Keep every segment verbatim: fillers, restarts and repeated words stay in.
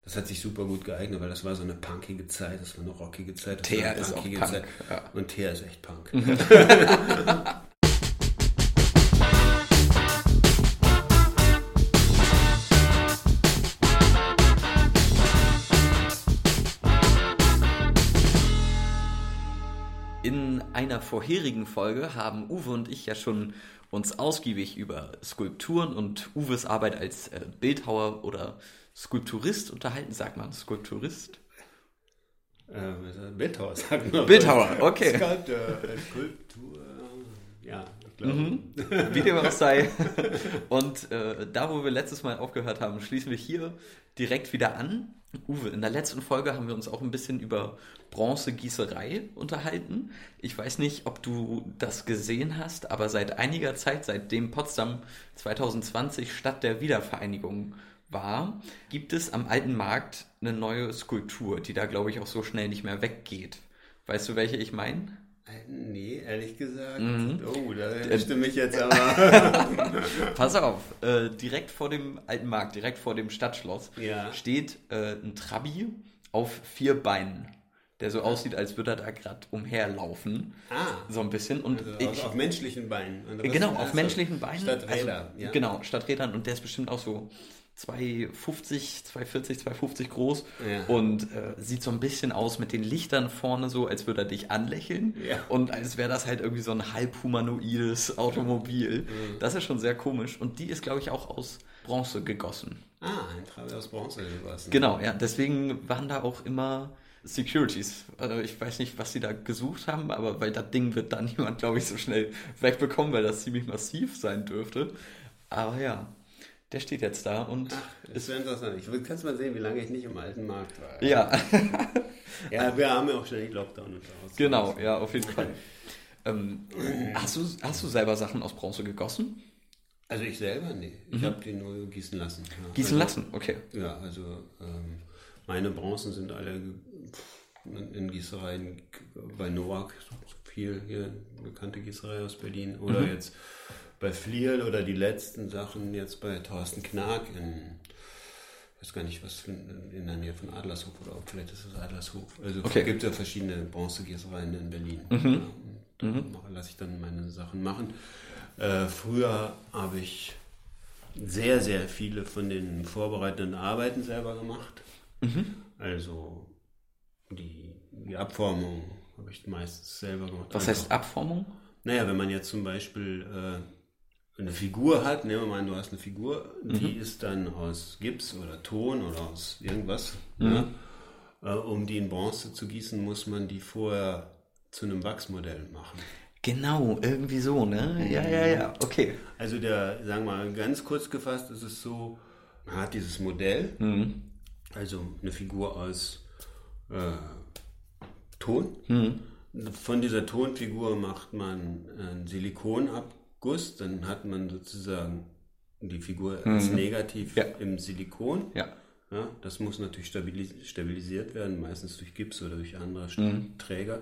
Das hat sich super gut geeignet, weil das war so eine punkige Zeit, das war eine rockige Zeit. Das Teer war eine ist auch punkige Punk. Zeit. Ja. Und Teer ist echt Punk. In einer vorherigen Folge haben Uwe und ich ja schon uns ausgiebig über Skulpturen und Uwes Arbeit als äh, Bildhauer oder Skulpturist unterhalten. Sagt man Skulpturist? Äh, Bildhauer sagen wir. Bildhauer, okay. Skulptur, äh, Skulptur, ja, ich glaube. Mhm. Wie dem auch sei. Und äh, da, wo wir letztes Mal aufgehört haben, schließen wir hier direkt wieder an. Uwe, in der letzten Folge haben wir uns auch ein bisschen über Bronzegießerei unterhalten. Ich weiß nicht, ob du das gesehen hast, aber seit einiger Zeit, seitdem Potsdam zwanzig zwanzig Stadt der Wiedervereinigung war, gibt es am Alten Markt eine neue Skulptur, die da, glaube ich, auch so schnell nicht mehr weggeht. Weißt du, welche ich meine? Nee, ehrlich gesagt. Mhm. Oh, da stimme ich jetzt aber. Pass auf, äh, direkt vor dem Alten Markt, direkt vor dem Stadtschloss, Ja. steht äh, ein Trabi auf vier Beinen, der so aussieht, als würde er da gerade umherlaufen. Ah. So ein bisschen. Und Also ich, auf, auf menschlichen Beinen. Und äh, was genau, ist auf das? menschlichen Beinen. Statt Räder. Also, Ja. Genau, statt Rädern. Und der ist bestimmt auch so zwei fünfzig, zwei vierzig, zwei fünfzig groß Ja. und äh, sieht so ein bisschen aus mit den Lichtern vorne so, als würde er dich anlächeln Ja. und als wäre das halt irgendwie so ein halbhumanoides Automobil. Mhm. Das ist schon sehr komisch und die ist, glaube ich, auch aus Bronze gegossen. Ah, ein Trabi aus Bronze gegossen. Genau, ja, deswegen waren da auch immer Securities. Also ich weiß nicht, was sie da gesucht haben, aber weil das Ding wird da niemand, glaube ich, so schnell wegbekommen, weil das ziemlich massiv sein dürfte. Aber ja, der steht jetzt da und Ach, das ist wäre interessant. Ich will, kannst mal sehen, wie lange ich nicht im Alten Markt war. ja, Ja, wir haben ja auch ständig Lockdown und so. genau, ja, auf jeden Fall. Ähm, hast du, hast du selber Sachen aus Bronze gegossen? Also ich selber? Nee. Ich habe die nur gießen lassen. Ja. Gießen also, lassen, okay. Ja, also ähm, meine Bronzen sind alle pff, in Gießereien bei Nowak, viel hier, bekannte Gießerei aus Berlin. Oder Mhm. jetzt bei Flierl oder die letzten Sachen jetzt bei Thorsten Knag in, ich weiß gar nicht, was für, in der Nähe von Adlershof oder ob vielleicht ist es Adlershof. Also Okay. es gibt ja verschiedene Bronzegießereien in Berlin. Mhm. Ja, und da mache- lasse ich dann meine Sachen machen. Äh, früher habe ich sehr, sehr viele von den vorbereitenden Arbeiten selber gemacht. Mhm. Also die, die Abformung habe ich meistens selber gemacht. Was Einfach- heißt Abformung? Naja, wenn man jetzt zum Beispiel äh, eine Figur hat, nehmen wir mal an, du hast eine Figur, die Mhm. ist dann aus Gips oder Ton oder aus irgendwas. Mhm. Ja? Äh, um die in Bronze zu gießen, muss man die vorher zu einem Wachsmodell machen. Genau, irgendwie so, ne? Ja, ja, ja, okay. Also der, sagen wir mal, ganz kurz gefasst ist es so, man hat dieses Modell, Mhm. also eine Figur aus äh, Ton. Mhm. Von dieser Tonfigur macht man einen Silikonabguss, dann hat man sozusagen die Figur als Mhm. Negativ Ja. im Silikon. Ja. Ja, das muss natürlich stabilis- stabilisiert werden, meistens durch Gips oder durch andere Mhm. Träger.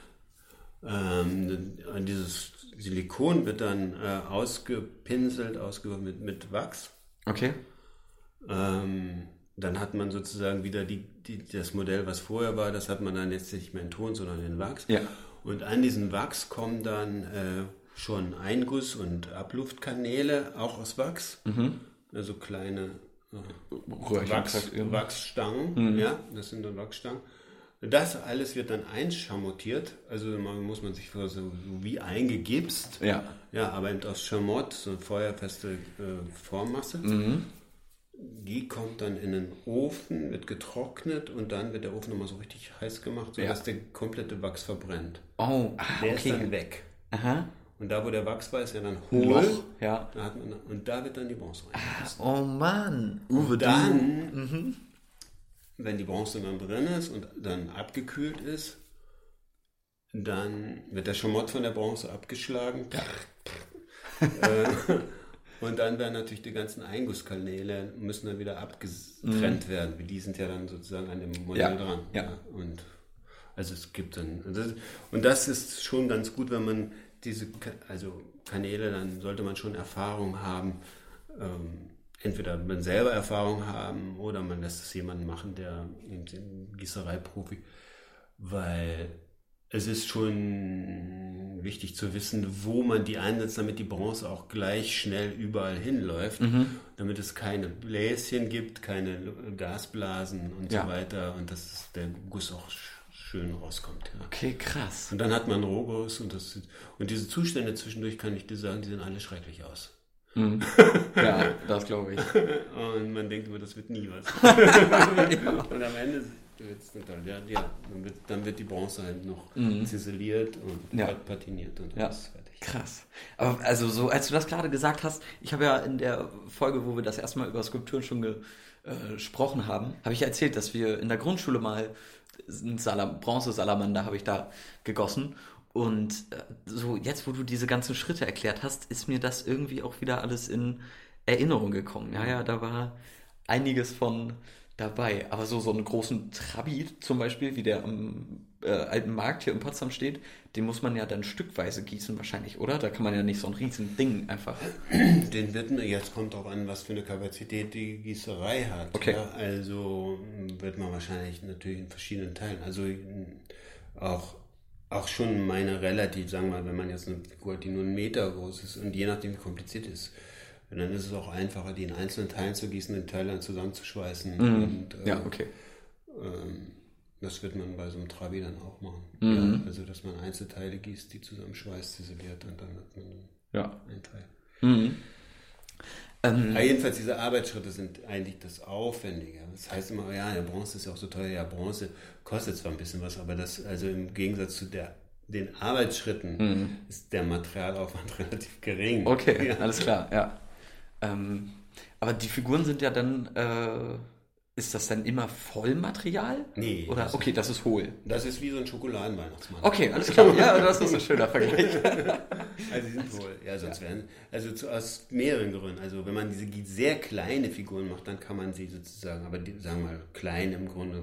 Ähm, dieses Silikon wird dann äh, ausgepinselt, ausge mit, mit Wachs. Okay. Ähm, dann hat man sozusagen wieder die, die, das Modell, was vorher war, das hat man dann jetzt nicht mehr in Ton, sondern in Wachs. Ja. Und an diesen Wachs kommen dann äh, schon Einguss- und Abluftkanäle, auch aus Wachs. Mhm. Also kleine äh, Röhrchen, Wachs, sagt ihr. Wachsstangen. Ja, das sind dann Wachsstangen. Das alles wird dann einschamottiert, also man, muss man sich so, so wie eingegipst. Ja. Ja, aber eben aus Schamott, so eine feuerfeste äh, Formmasse. Mhm. Die kommt dann in den Ofen, wird getrocknet und dann wird der Ofen nochmal so richtig heiß gemacht, sodass Ja. der komplette Wachs verbrennt. Oh, ah, Der ist dann okay. weg. Aha. Und da, wo der Wachs war, ist ja dann Ein hohl. Loch. Ja. Da hat man, und da wird dann die Bronze reingelassen. Oh Mann. Uwe, du. Dann, wenn die Bronze dann drin ist und dann abgekühlt ist, dann wird der Schamott von der Bronze abgeschlagen. äh, und dann werden natürlich die ganzen Eingusskanäle müssen dann wieder abgetrennt werden. Die sind ja dann sozusagen an dem Modell Ja, dran. ja. Und also es gibt dann, und das, und das ist schon ganz gut, wenn man diese, Ka- also Kanäle, dann sollte man schon Erfahrung haben, ähm, entweder man selber Erfahrung haben oder man lässt es jemanden machen, der ein Gießereiprofi, weil es ist schon wichtig zu wissen, wo man die einsetzt, damit die Bronze auch gleich schnell überall hinläuft, mhm. damit es keine Bläschen gibt, keine Gasblasen und ja. so weiter und dass der Guss auch schön rauskommt. Ja. Okay, krass. Und dann hat man Rohguss und, das, und diese Zustände zwischendurch, kann ich dir sagen, die sehen alle schrecklich aus. Mhm. Ja, das glaube ich. Und man denkt immer, das wird nie was. Ja. Und am Ende wird es total, ja, ja, dann, wird, dann wird die Bronze halt noch mhm. ziseliert und ja. patiniert und ja. ist fertig. Krass. Aber also so, als du das gerade gesagt hast, ich habe ja in der Folge, wo wir das erste Mal über Skulpturen schon ge, äh, gesprochen haben, habe ich erzählt, dass wir in der Grundschule mal einen Salam- Bronzesalamander habe ich da gegossen. Und äh, so jetzt, wo du diese ganzen Schritte erklärt hast, ist mir das irgendwie auch wieder alles in Erinnerung gekommen. Ja, ja, da war einiges von dabei. Aber so, so einen großen Trabi zum Beispiel, wie der am äh, alten Markt hier in Potsdam steht, den muss man ja dann stückweise gießen wahrscheinlich, oder? Da kann man ja nicht so ein riesen Ding einfach... Den wird man, jetzt kommt auch an, was für eine Kapazität die Gießerei hat. Okay. Ja, also wird man wahrscheinlich natürlich in verschiedenen Teilen, also auch... Auch schon meine relativ, sagen wir mal, wenn man jetzt eine Figur hat, die nur einen Meter groß ist und je nachdem wie kompliziert ist, dann ist es auch einfacher, die in einzelnen Teilen zu gießen, den Teil dann zusammenzuschweißen. Mhm. Und, äh, ja, okay. Ähm, das wird man bei so einem Trabi dann auch machen. Mhm. Ja, also, dass man Einzelteile gießt, die zusammenschweißt, ziseliert und dann hat man ja. einen Teil. Mhm. Ähm, Aber jedenfalls, diese Arbeitsschritte sind eigentlich das Aufwendige. Das heißt immer, ja, der Bronze ist ja auch so teuer. Ja, Bronze kostet zwar ein bisschen was, aber das, also im Gegensatz zu der, den Arbeitsschritten mhm. ist der Materialaufwand relativ gering. Okay, ja. Alles klar, ja. Ähm, aber die Figuren sind ja dann, äh, ist das dann immer Vollmaterial? Nee. Oder? Das okay, ist, das ist hohl. Das ist wie so ein Schokoladenweihnachtsmann. Okay, alles klar. Ja, das ist ein schöner Vergleich. Also die sind hohl. Ja, sonst ja. wären, also zu, aus mehreren Gründen. Also wenn man diese sehr kleine Figuren macht, dann kann man sie sozusagen, aber die, sagen wir mal, klein im Grunde,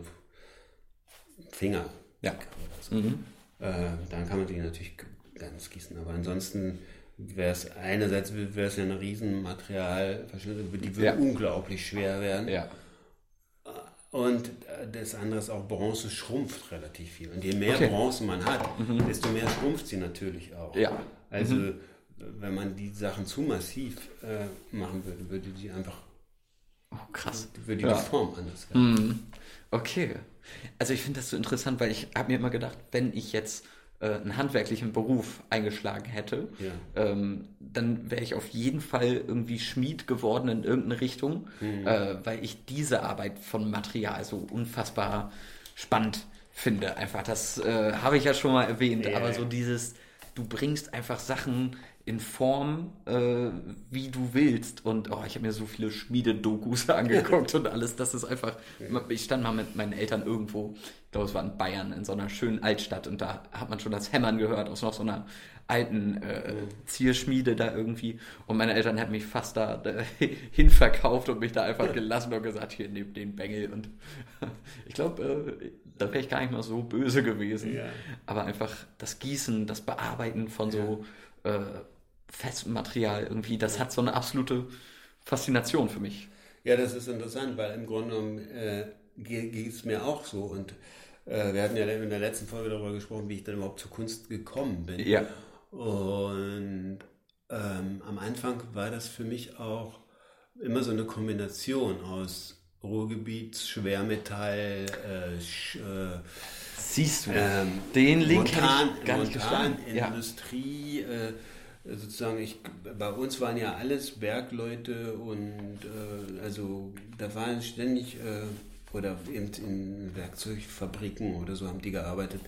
Finger. Ja. Oder so. Mhm. Äh, dann kann man die natürlich ganz gießen. Aber ansonsten wäre es einerseits wäre es ja eine riesen Materialverschnitte, die würde ja. unglaublich schwer werden. Ja. Und das andere ist auch, Bronze schrumpft relativ viel. Und je mehr okay. Bronze man hat, mhm. desto mehr schrumpft sie natürlich auch. Ja. Also mhm. wenn man die Sachen zu massiv äh, machen würde, würde die einfach oh, krass. würde die ja. Form anders werden. Mhm. Okay. Also ich finde das so interessant, weil ich habe mir immer gedacht, wenn ich jetzt äh, einen handwerklichen Beruf eingeschlagen hätte, ja. ähm, dann wäre ich auf jeden Fall irgendwie Schmied geworden in irgendeine Richtung, mhm. äh, weil ich diese Arbeit von Material so unfassbar spannend finde. Einfach, das äh, habe ich ja schon mal erwähnt, yeah. aber so dieses, du bringst einfach Sachen in Form, äh, wie du willst. Und oh, ich habe mir so viele Schmiededokus angeguckt und alles. Das ist einfach. Ich stand mal mit meinen Eltern irgendwo, ich glaube, es war in Bayern, in so einer schönen Altstadt. Und da hat man schon das Hämmern gehört aus noch so einer alten äh, Zierschmiede da irgendwie. Und meine Eltern hätten mich fast da, da hinverkauft und mich da einfach gelassen und gesagt, hier, nehmt den Bengel. Und ich glaube, äh, da wäre ich gar nicht mal so böse gewesen. Ja. Aber einfach das Gießen, das Bearbeiten von so äh, festem Material irgendwie, das hat so eine absolute Faszination für mich. Ja, das ist interessant, weil im Grunde genommen äh, geht es mir auch so. Und äh, wir hatten ja in der letzten Folge darüber gesprochen, wie ich dann überhaupt zur Kunst gekommen bin. Ja. Und ähm, am Anfang war das für mich auch immer so eine Kombination aus Ruhrgebiet, Schwermetall, äh, sch, äh, siehst du, ähm, den Link Montan, ich gar nicht geschlagen. Industrie, ja. äh, sozusagen, ich, bei uns waren ja alles Bergleute und äh, also da waren ständig, äh, oder eben in Werkzeugfabriken oder so haben die gearbeitet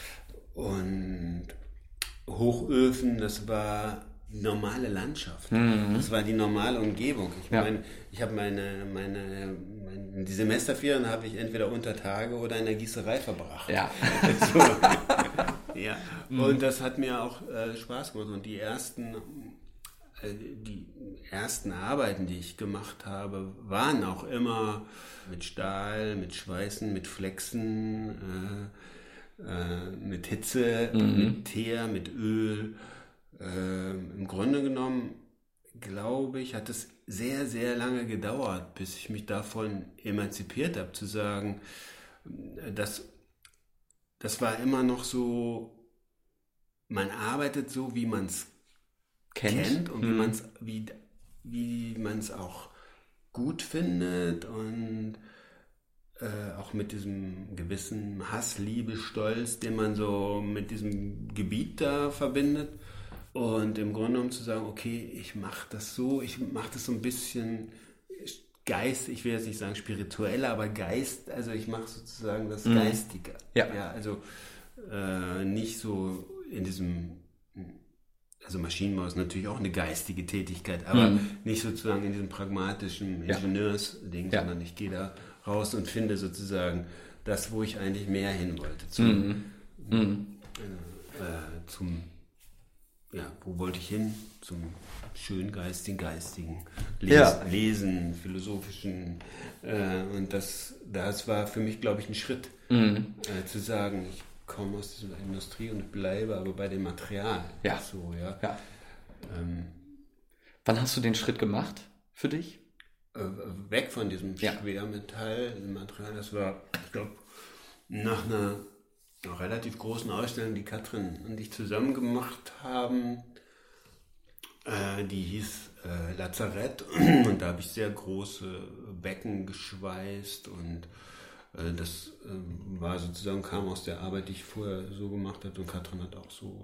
und Hochöfen, das war normale Landschaft. Mhm. Das war die normale Umgebung. Ich ja. meine, ich habe meine, meine, meine, die Semesterferien habe ich entweder unter Tage oder in der Gießerei verbracht. Ja. So. Ja. Mhm. Und das hat mir auch äh, Spaß gemacht. Und die ersten, äh, die ersten Arbeiten, die ich gemacht habe, waren auch immer mit Stahl, mit Schweißen, mit Flexen, äh, äh, mit Hitze, mhm. mit Teer, mit Öl. Äh, Im Grunde genommen glaube ich, hat es sehr, sehr lange gedauert, bis ich mich davon emanzipiert habe, zu sagen, dass das war immer noch so, man arbeitet so, wie man es kennt. kennt und mhm. wie man es wie, wie man's auch gut findet und äh, auch mit diesem gewissen Hass, Liebe, Stolz, den man so mit diesem Gebiet da verbindet. Und im Grunde genommen zu sagen, okay, ich mache das so, ich mache das so ein bisschen Geist, ich will jetzt nicht sagen spirituell, aber Geist, also ich mache sozusagen das mhm. Geistige. Ja. Ja, also äh, nicht so in diesem, also Maschinenbau ist natürlich auch eine geistige Tätigkeit, aber mhm. nicht sozusagen in diesem pragmatischen Ingenieursding, ja. sondern ich gehe da raus und finde sozusagen das, wo ich eigentlich mehr hin wollte. Zum, mhm. Mhm. Äh, zum ja, wo wollte ich hin? Zum schöngeistigen, geistigen Les- ja. Lesen, philosophischen. Äh, und das, das war für mich, glaube ich, ein Schritt, mhm. äh, zu sagen, ich komme aus dieser Industrie und bleibe aber bei dem Material. Ja. So, ja. ja. Ähm, Wann hast du den Schritt gemacht für dich? Äh, weg von diesem ja. Schwermetall, Material. Das war, ich glaube, nach einer relativ großen Ausstellung, die Katrin und ich zusammen gemacht haben. Äh, die hieß äh, Lazarett und da habe ich sehr große Becken geschweißt und äh, das äh, war sozusagen, kam aus der Arbeit, die ich vorher so gemacht habe und Katrin hat auch so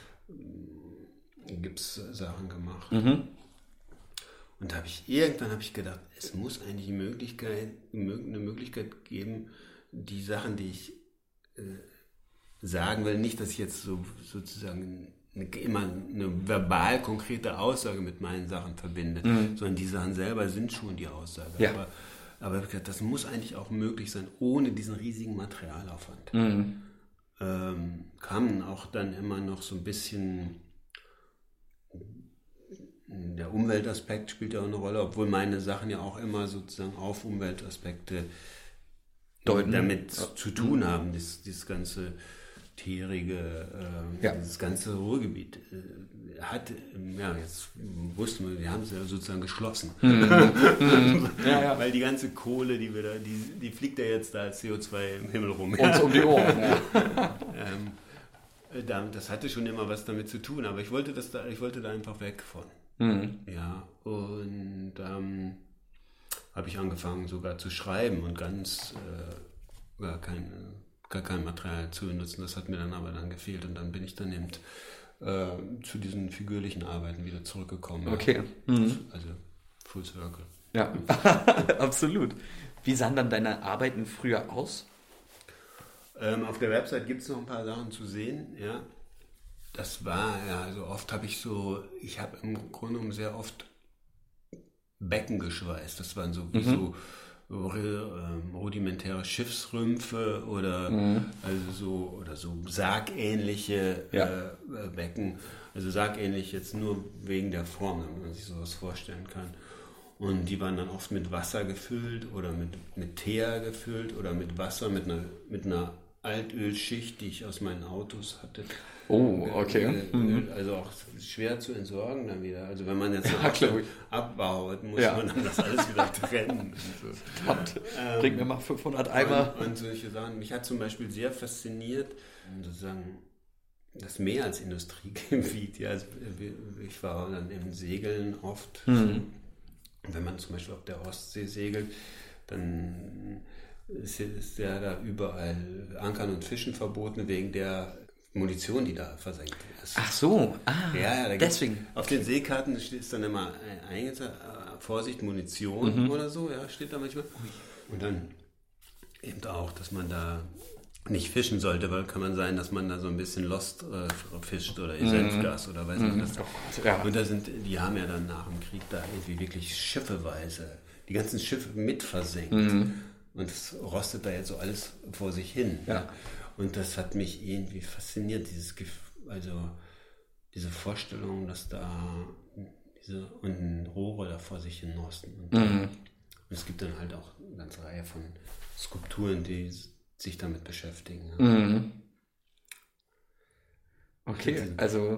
äh, Gipssachen gemacht. Mhm. Und da habe ich irgendwann habe ich gedacht, es muss eigentlich eine Möglichkeit, eine Möglichkeit geben, die Sachen, die ich äh, sagen will, nicht, dass ich jetzt so sozusagen eine, immer eine verbal konkrete Aussage mit meinen Sachen verbinde, mhm. sondern die Sachen selber sind schon die Aussage. Ja. Aber, aber das muss eigentlich auch möglich sein, ohne diesen riesigen Materialaufwand. Mhm. Ähm, kam auch dann immer noch so ein bisschen, der Umweltaspekt spielt ja auch eine Rolle, obwohl meine Sachen ja auch immer sozusagen auf Umweltaspekte Deuten. damit ja. zu tun haben, dieses, dieses ganze tierige, äh, ja. dieses ganze Ruhrgebiet äh, hat, ja, jetzt wussten wir, wir haben es ja sozusagen geschlossen. Mhm. ja, ja. Weil die ganze Kohle, die wir da, die, die fliegt ja jetzt da als C O zwei im Himmel rum. Uns um die Ohren. Ja. ähm, das hatte schon immer was damit zu tun, aber ich wollte, das da, ich wollte da einfach weg von. Mhm. Ja, und ähm, habe ich angefangen sogar zu schreiben und ganz äh, gar kein gar kein Material zu benutzen. Das hat mir dann aber dann gefehlt und dann bin ich dann eben äh, zu diesen figürlichen Arbeiten wieder zurückgekommen. Okay. Mhm. Also Full Circle. Ja, absolut. Wie sahen dann deine Arbeiten früher aus? Ähm, auf der Website gibt es noch ein paar Sachen zu sehen, ja. Das war, ja, also oft habe ich so, ich habe im Grunde genommen sehr oft Becken geschweißt. Das waren so wie mhm. so rudimentäre Schiffsrümpfe oder mhm. also so oder so sargähnliche ja. äh, Becken, also sargähnlich jetzt nur wegen der Form, damit man sich sowas vorstellen kann. Und die waren dann oft mit Wasser gefüllt oder mit, mit Teer gefüllt oder mit Wasser, mit einer, mit einer Altölschicht, die ich aus meinen Autos hatte. Oh, okay. Mhm. Also auch schwer zu entsorgen dann wieder. Also wenn man jetzt ja, abbaut, muss ja. man dann das alles wieder trennen. So. Ähm, Bring mir mal fünfhundert Eimer. Und, und solche Sachen. Mich hat zum Beispiel sehr fasziniert, sozusagen das Meer als Industriegebiet. Ja, also ich war dann im Segeln oft. Mhm. Wenn man zum Beispiel auf der Ostsee segelt, dann ist, ist ja da überall Ankern und Fischen verboten wegen der Munition, die da versenkt ist. Ach so, ah, ja, ja, da deswegen. Auf den Seekarten ist dann immer eingetragen, Vorsicht, Munition mhm. oder so, ja, steht da manchmal. Und dann eben auch, dass man da nicht fischen sollte, weil kann man sein, dass man da so ein bisschen Lost äh, fischt oder mhm. Senfgas oder weiß mhm. nicht was. Oh, ja. Und da sind, die haben ja dann nach dem Krieg da irgendwie wirklich schiffeweise die ganzen Schiffe mit versenkt. Mhm. Und das rostet da jetzt so alles vor sich hin. Ja. Und das hat mich irgendwie fasziniert, dieses also diese Vorstellung, dass da diese und Rohre da vor sich hin rosten. Und, mhm. und es gibt dann halt auch eine ganze Reihe von Skulpturen, die sich damit beschäftigen. Ja. Mhm. Okay, also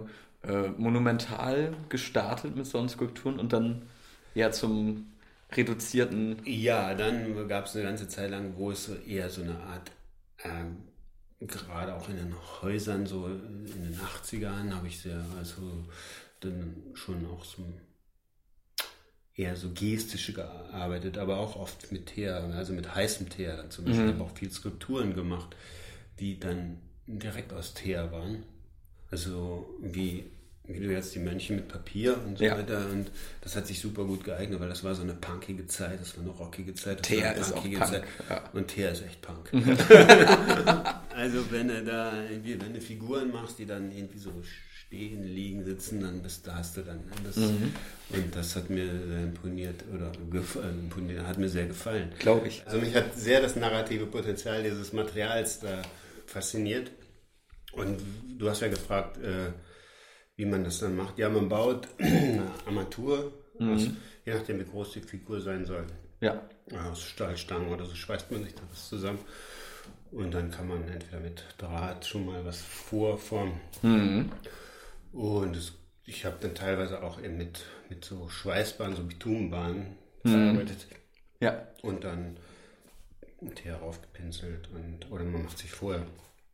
äh, monumental gestartet mit solchen Skulpturen und dann ja zum reduzierten... Ja, dann gab es eine ganze Zeit lang, wo es so eher so eine Art, ähm, gerade auch in den Häusern, so in den achtzigern habe ich sehr, also dann schon auch so eher so gestisch gearbeitet, aber auch oft mit Teer, also mit heißem Teer dann zum Beispiel. Mhm. Ich habe auch viel Skulpturen gemacht, die dann direkt aus Teer waren. Also wie, wie du jetzt die Mönche mit Papier und so ja. weiter. Und das hat sich super gut geeignet, weil das war so eine punkige Zeit, das war eine rockige Zeit. Das Teer ist auch Punk. Zeit. Ja. Und Teer ist echt Punk. Also wenn du da irgendwie, wenn du Figuren machst, die dann irgendwie so stehen, liegen, sitzen, dann bist, da hast du dann das. Mhm. Und das hat mir sehr imponiert oder imponiert, hat mir sehr gefallen. Glaube ich. Also mich hat sehr das narrative Potenzial dieses Materials da fasziniert. Und du hast ja gefragt, äh, wie man das dann macht. Ja, man baut eine Armatur, mhm. aus, je nachdem wie groß die Figur sein soll. Ja. Aus Stahlstangen oder so schweißt man sich das zusammen. Und dann kann man entweder mit Draht schon mal was vorformen. Mhm. Und es, ich habe dann teilweise auch eben mit, mit so Schweißbahnen, so Bitumenbahnen mhm. gearbeitet. Ja. Und dann ein Teer raufgepinselt. Und, oder man macht sich vorher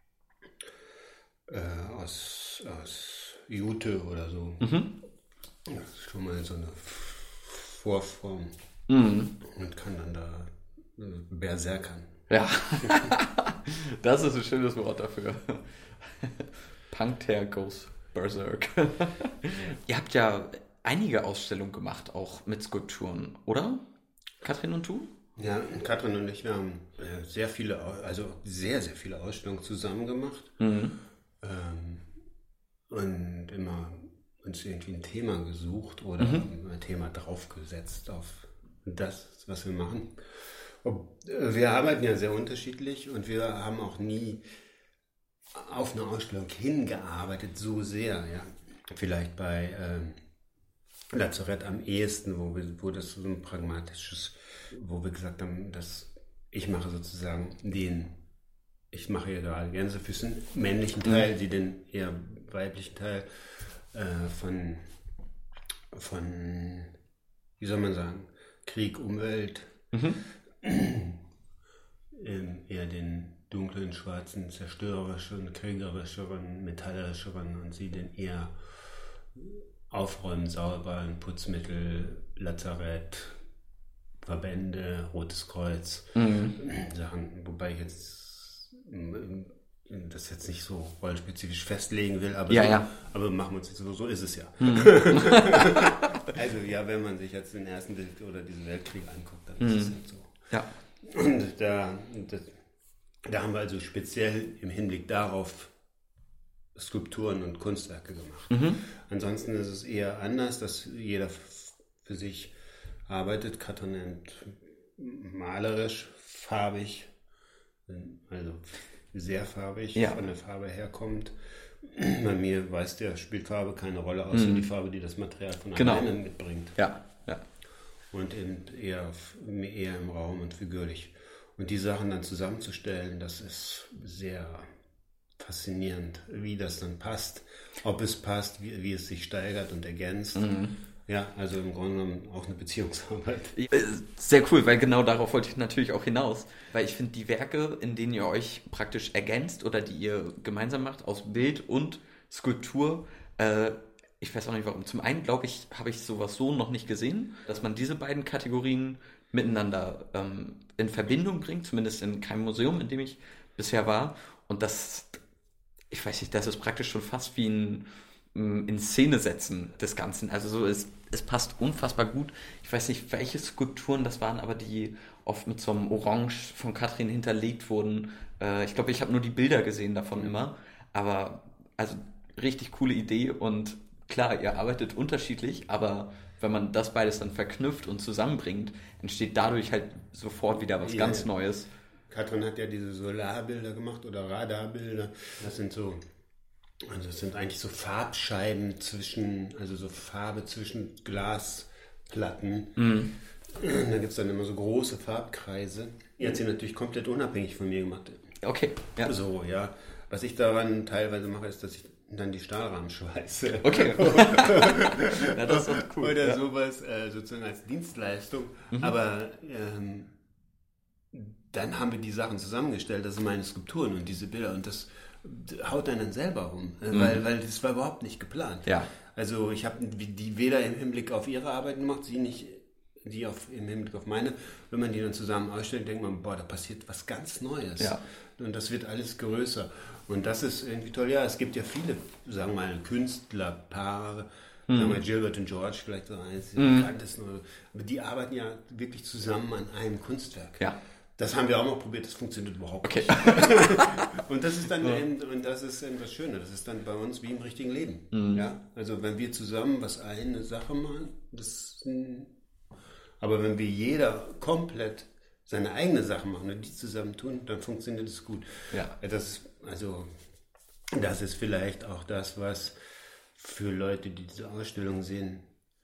äh, aus, aus Jute oder so. Mhm. Das ist schon mal so eine Vorform. Mhm. Und kann dann da äh, berserkern. Ja, das ist ein schönes Wort dafür. Punk-Teer goes berserk. Ihr habt ja einige Ausstellungen gemacht, auch mit Skulpturen, oder? Katrin und du? Ja, Katrin und ich, wir haben äh, sehr viele, also sehr, sehr viele Ausstellungen zusammen gemacht. Mhm. Ähm, und immer uns irgendwie ein Thema gesucht oder mhm. ein Thema draufgesetzt auf das, was wir machen. Wir arbeiten ja sehr unterschiedlich und wir haben auch nie auf eine Ausstellung hingearbeitet, so sehr. Ja. Vielleicht bei äh, Lazarett am ehesten, wo, wir, wo das so ein pragmatisches, wo wir gesagt haben, dass ich mache sozusagen den, ich mache ja gerade Gänsefüßen, männlichen Teil, die den eher weiblichen Teil äh, von, von, wie soll man sagen, Krieg, Umwelt, mhm. eher den dunklen, schwarzen, zerstörerischeren, kriegerischeren, metallischeren und sie den eher Aufräumen, Sauerballen, Putzmittel, Lazarett, Verbände, Rotes Kreuz, mhm. Sachen, wobei ich jetzt das jetzt nicht so rollenspezifisch festlegen will, aber, ja, so, ja. aber machen wir uns jetzt so, so ist es ja. Mhm. Also ja, wenn man sich jetzt den Ersten Weltkrieg oder diesen Weltkrieg anguckt, dann ist mhm. es halt so. Ja. Und da, das, da haben wir also speziell im Hinblick darauf Skulpturen und Kunstwerke gemacht. Mhm. Ansonsten ist es eher anders, dass jeder für sich arbeitet. Katrin nennt malerisch, farbig, also sehr farbig, ja. von der Farbe herkommt. Bei mir weiß der, spielt Farbe keine Rolle, außer mhm. die Farbe, die das Material von genau. alleine mitbringt. Ja, ja. Und eben eher, eher im Raum und figürlich. Und die Sachen dann zusammenzustellen, das ist sehr faszinierend, wie das dann passt, ob es passt, wie, wie es sich steigert und ergänzt. Mhm. Ja, also im Grunde genommen auch eine Beziehungsarbeit. Sehr cool, weil genau darauf wollte ich natürlich auch hinaus. Weil ich finde, die Werke, in denen ihr euch praktisch ergänzt oder die ihr gemeinsam macht, aus Bild und Skulptur, äh, ich weiß auch nicht warum. Zum einen, glaube ich, habe ich sowas so noch nicht gesehen, dass man diese beiden Kategorien miteinander ähm, in Verbindung bringt, zumindest in keinem Museum, in dem ich bisher war. Und das, ich weiß nicht, das ist praktisch schon fast wie ein in Szene setzen des Ganzen. Also so, es, es passt unfassbar gut. Ich weiß nicht, welche Skulpturen das waren, aber die oft mit so einem Orange von Katrin hinterlegt wurden. Äh, ich glaube, ich habe nur die Bilder gesehen davon immer. Aber also richtig coole Idee und klar, ihr arbeitet unterschiedlich, aber wenn man das beides dann verknüpft und zusammenbringt, entsteht dadurch halt sofort wieder was ja, ganz Neues. Katrin hat ja diese Solarbilder gemacht oder Radarbilder. Das sind so Also es sind eigentlich so Farbscheiben zwischen, also so Farbe zwischen Glasplatten. Mhm. Da gibt es dann immer so große Farbkreise. Die hat sie natürlich komplett unabhängig von mir gemacht. Okay, ja. So, ja. Was ich daran teilweise mache, ist, dass ich Und dann die Stahlrahmenschweiße. Okay. Ja, das ist doch cool. Oder ja. sowas äh, sozusagen als Dienstleistung. Mhm. Aber ähm, dann haben wir die Sachen zusammengestellt, das sind meine Skulpturen und diese Bilder und das haut einen dann selber um, mhm. weil, weil das war überhaupt nicht geplant. Ja. Also ich habe die weder im Hinblick auf ihre Arbeit gemacht, sie nicht, die auf, im Hinblick auf meine. Wenn man die dann zusammen ausstellt, denkt man, boah, da passiert was ganz Neues. Ja. Und das wird alles größer. Und das ist irgendwie toll. Ja, es gibt ja viele, sagen wir mal, Künstlerpaare, mhm. sagen wir mal Gilbert und George, vielleicht so eins, die mhm. bekanntesten. Aber die arbeiten ja wirklich zusammen an einem Kunstwerk. Ja. Das haben wir auch mal probiert, das funktioniert überhaupt okay. nicht. Und das ist dann ja. eben, und das ist eben das Schöne, das ist dann bei uns wie im richtigen Leben. Mhm. Ja? Also wenn wir zusammen was eine Sache machen, das, aber wenn wir jeder komplett seine eigene Sache machen und die zusammen tun, dann funktioniert es gut. Ja. Das, also, das ist vielleicht auch das, was für Leute, die diese Ausstellung sehen,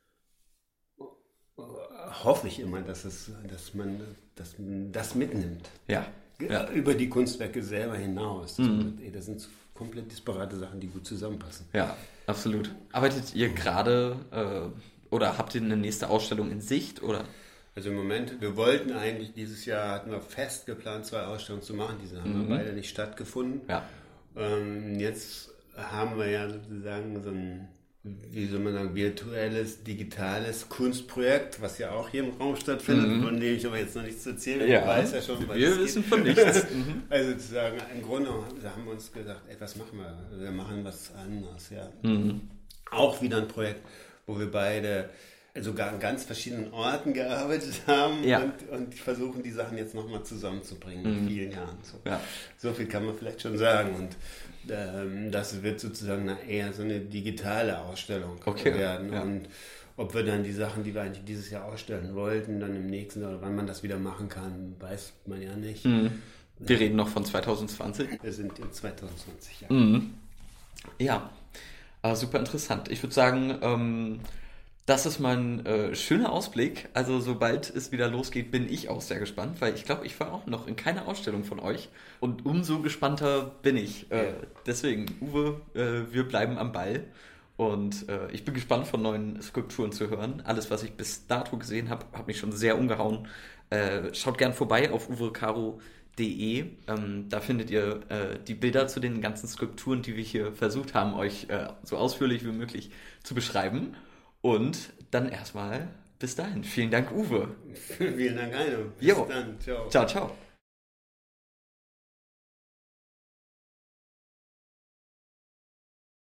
hoffe ich immer, dass, es, dass, man, dass man das mitnimmt. Ja. ja. Über die Kunstwerke selber hinaus. Mhm. Das sind komplett disparate Sachen, die gut zusammenpassen. Ja, absolut. Arbeitet ihr gerade äh, oder habt ihr eine nächste Ausstellung in Sicht? Oder? Also im Moment, wir wollten eigentlich, dieses Jahr hatten wir fest geplant, zwei Ausstellungen zu machen. Diese haben mhm. beide nicht stattgefunden. Ja. Ähm, jetzt haben wir ja sozusagen so ein, wie soll man sagen, virtuelles, digitales Kunstprojekt, was ja auch hier im Raum stattfindet, mhm. von dem ich aber jetzt noch nichts erzähle. Ja. Ich weiß ja schon, was wir wissen von nichts. Mhm. Also sozusagen, im Grunde haben wir uns gesagt, ey, was machen wir? Wir machen was anderes, ja. Mhm. Auch wieder ein Projekt, wo wir beide sogar an ganz verschiedenen Orten gearbeitet haben ja. und, und versuchen, die Sachen jetzt nochmal zusammenzubringen in mhm. vielen Jahren. So. Ja. so viel kann man vielleicht schon sagen. Und ähm, das wird sozusagen eher so eine digitale Ausstellung okay. werden. Ja. Und ob wir dann die Sachen, die wir eigentlich dieses Jahr ausstellen wollten, dann im nächsten oder wann man das wieder machen kann, weiß man ja nicht. Mhm. Wir ja. reden noch von zwanzig zwanzig. Wir sind in zwanzig zwanzig, ja. Mhm. Ja, aber super interessant. Ich würde sagen, ähm, das ist mal ein äh, schöner Ausblick. Also sobald es wieder losgeht, bin ich auch sehr gespannt, weil ich glaube, ich war auch noch in keiner Ausstellung von euch und umso gespannter bin ich. Äh, deswegen, Uwe, äh, wir bleiben am Ball und äh, ich bin gespannt, von neuen Skulpturen zu hören. Alles, was ich bis dato gesehen habe, hat mich schon sehr umgehauen. Äh, schaut gern vorbei auf uwe caro punkt de. Ähm, da findet ihr äh, die Bilder zu den ganzen Skulpturen, die wir hier versucht haben, euch äh, so ausführlich wie möglich zu beschreiben. Und dann erstmal bis dahin. Vielen Dank, Uwe. Vielen Dank, Heino. Bis jo. dann. Ciao. Ciao, ciao.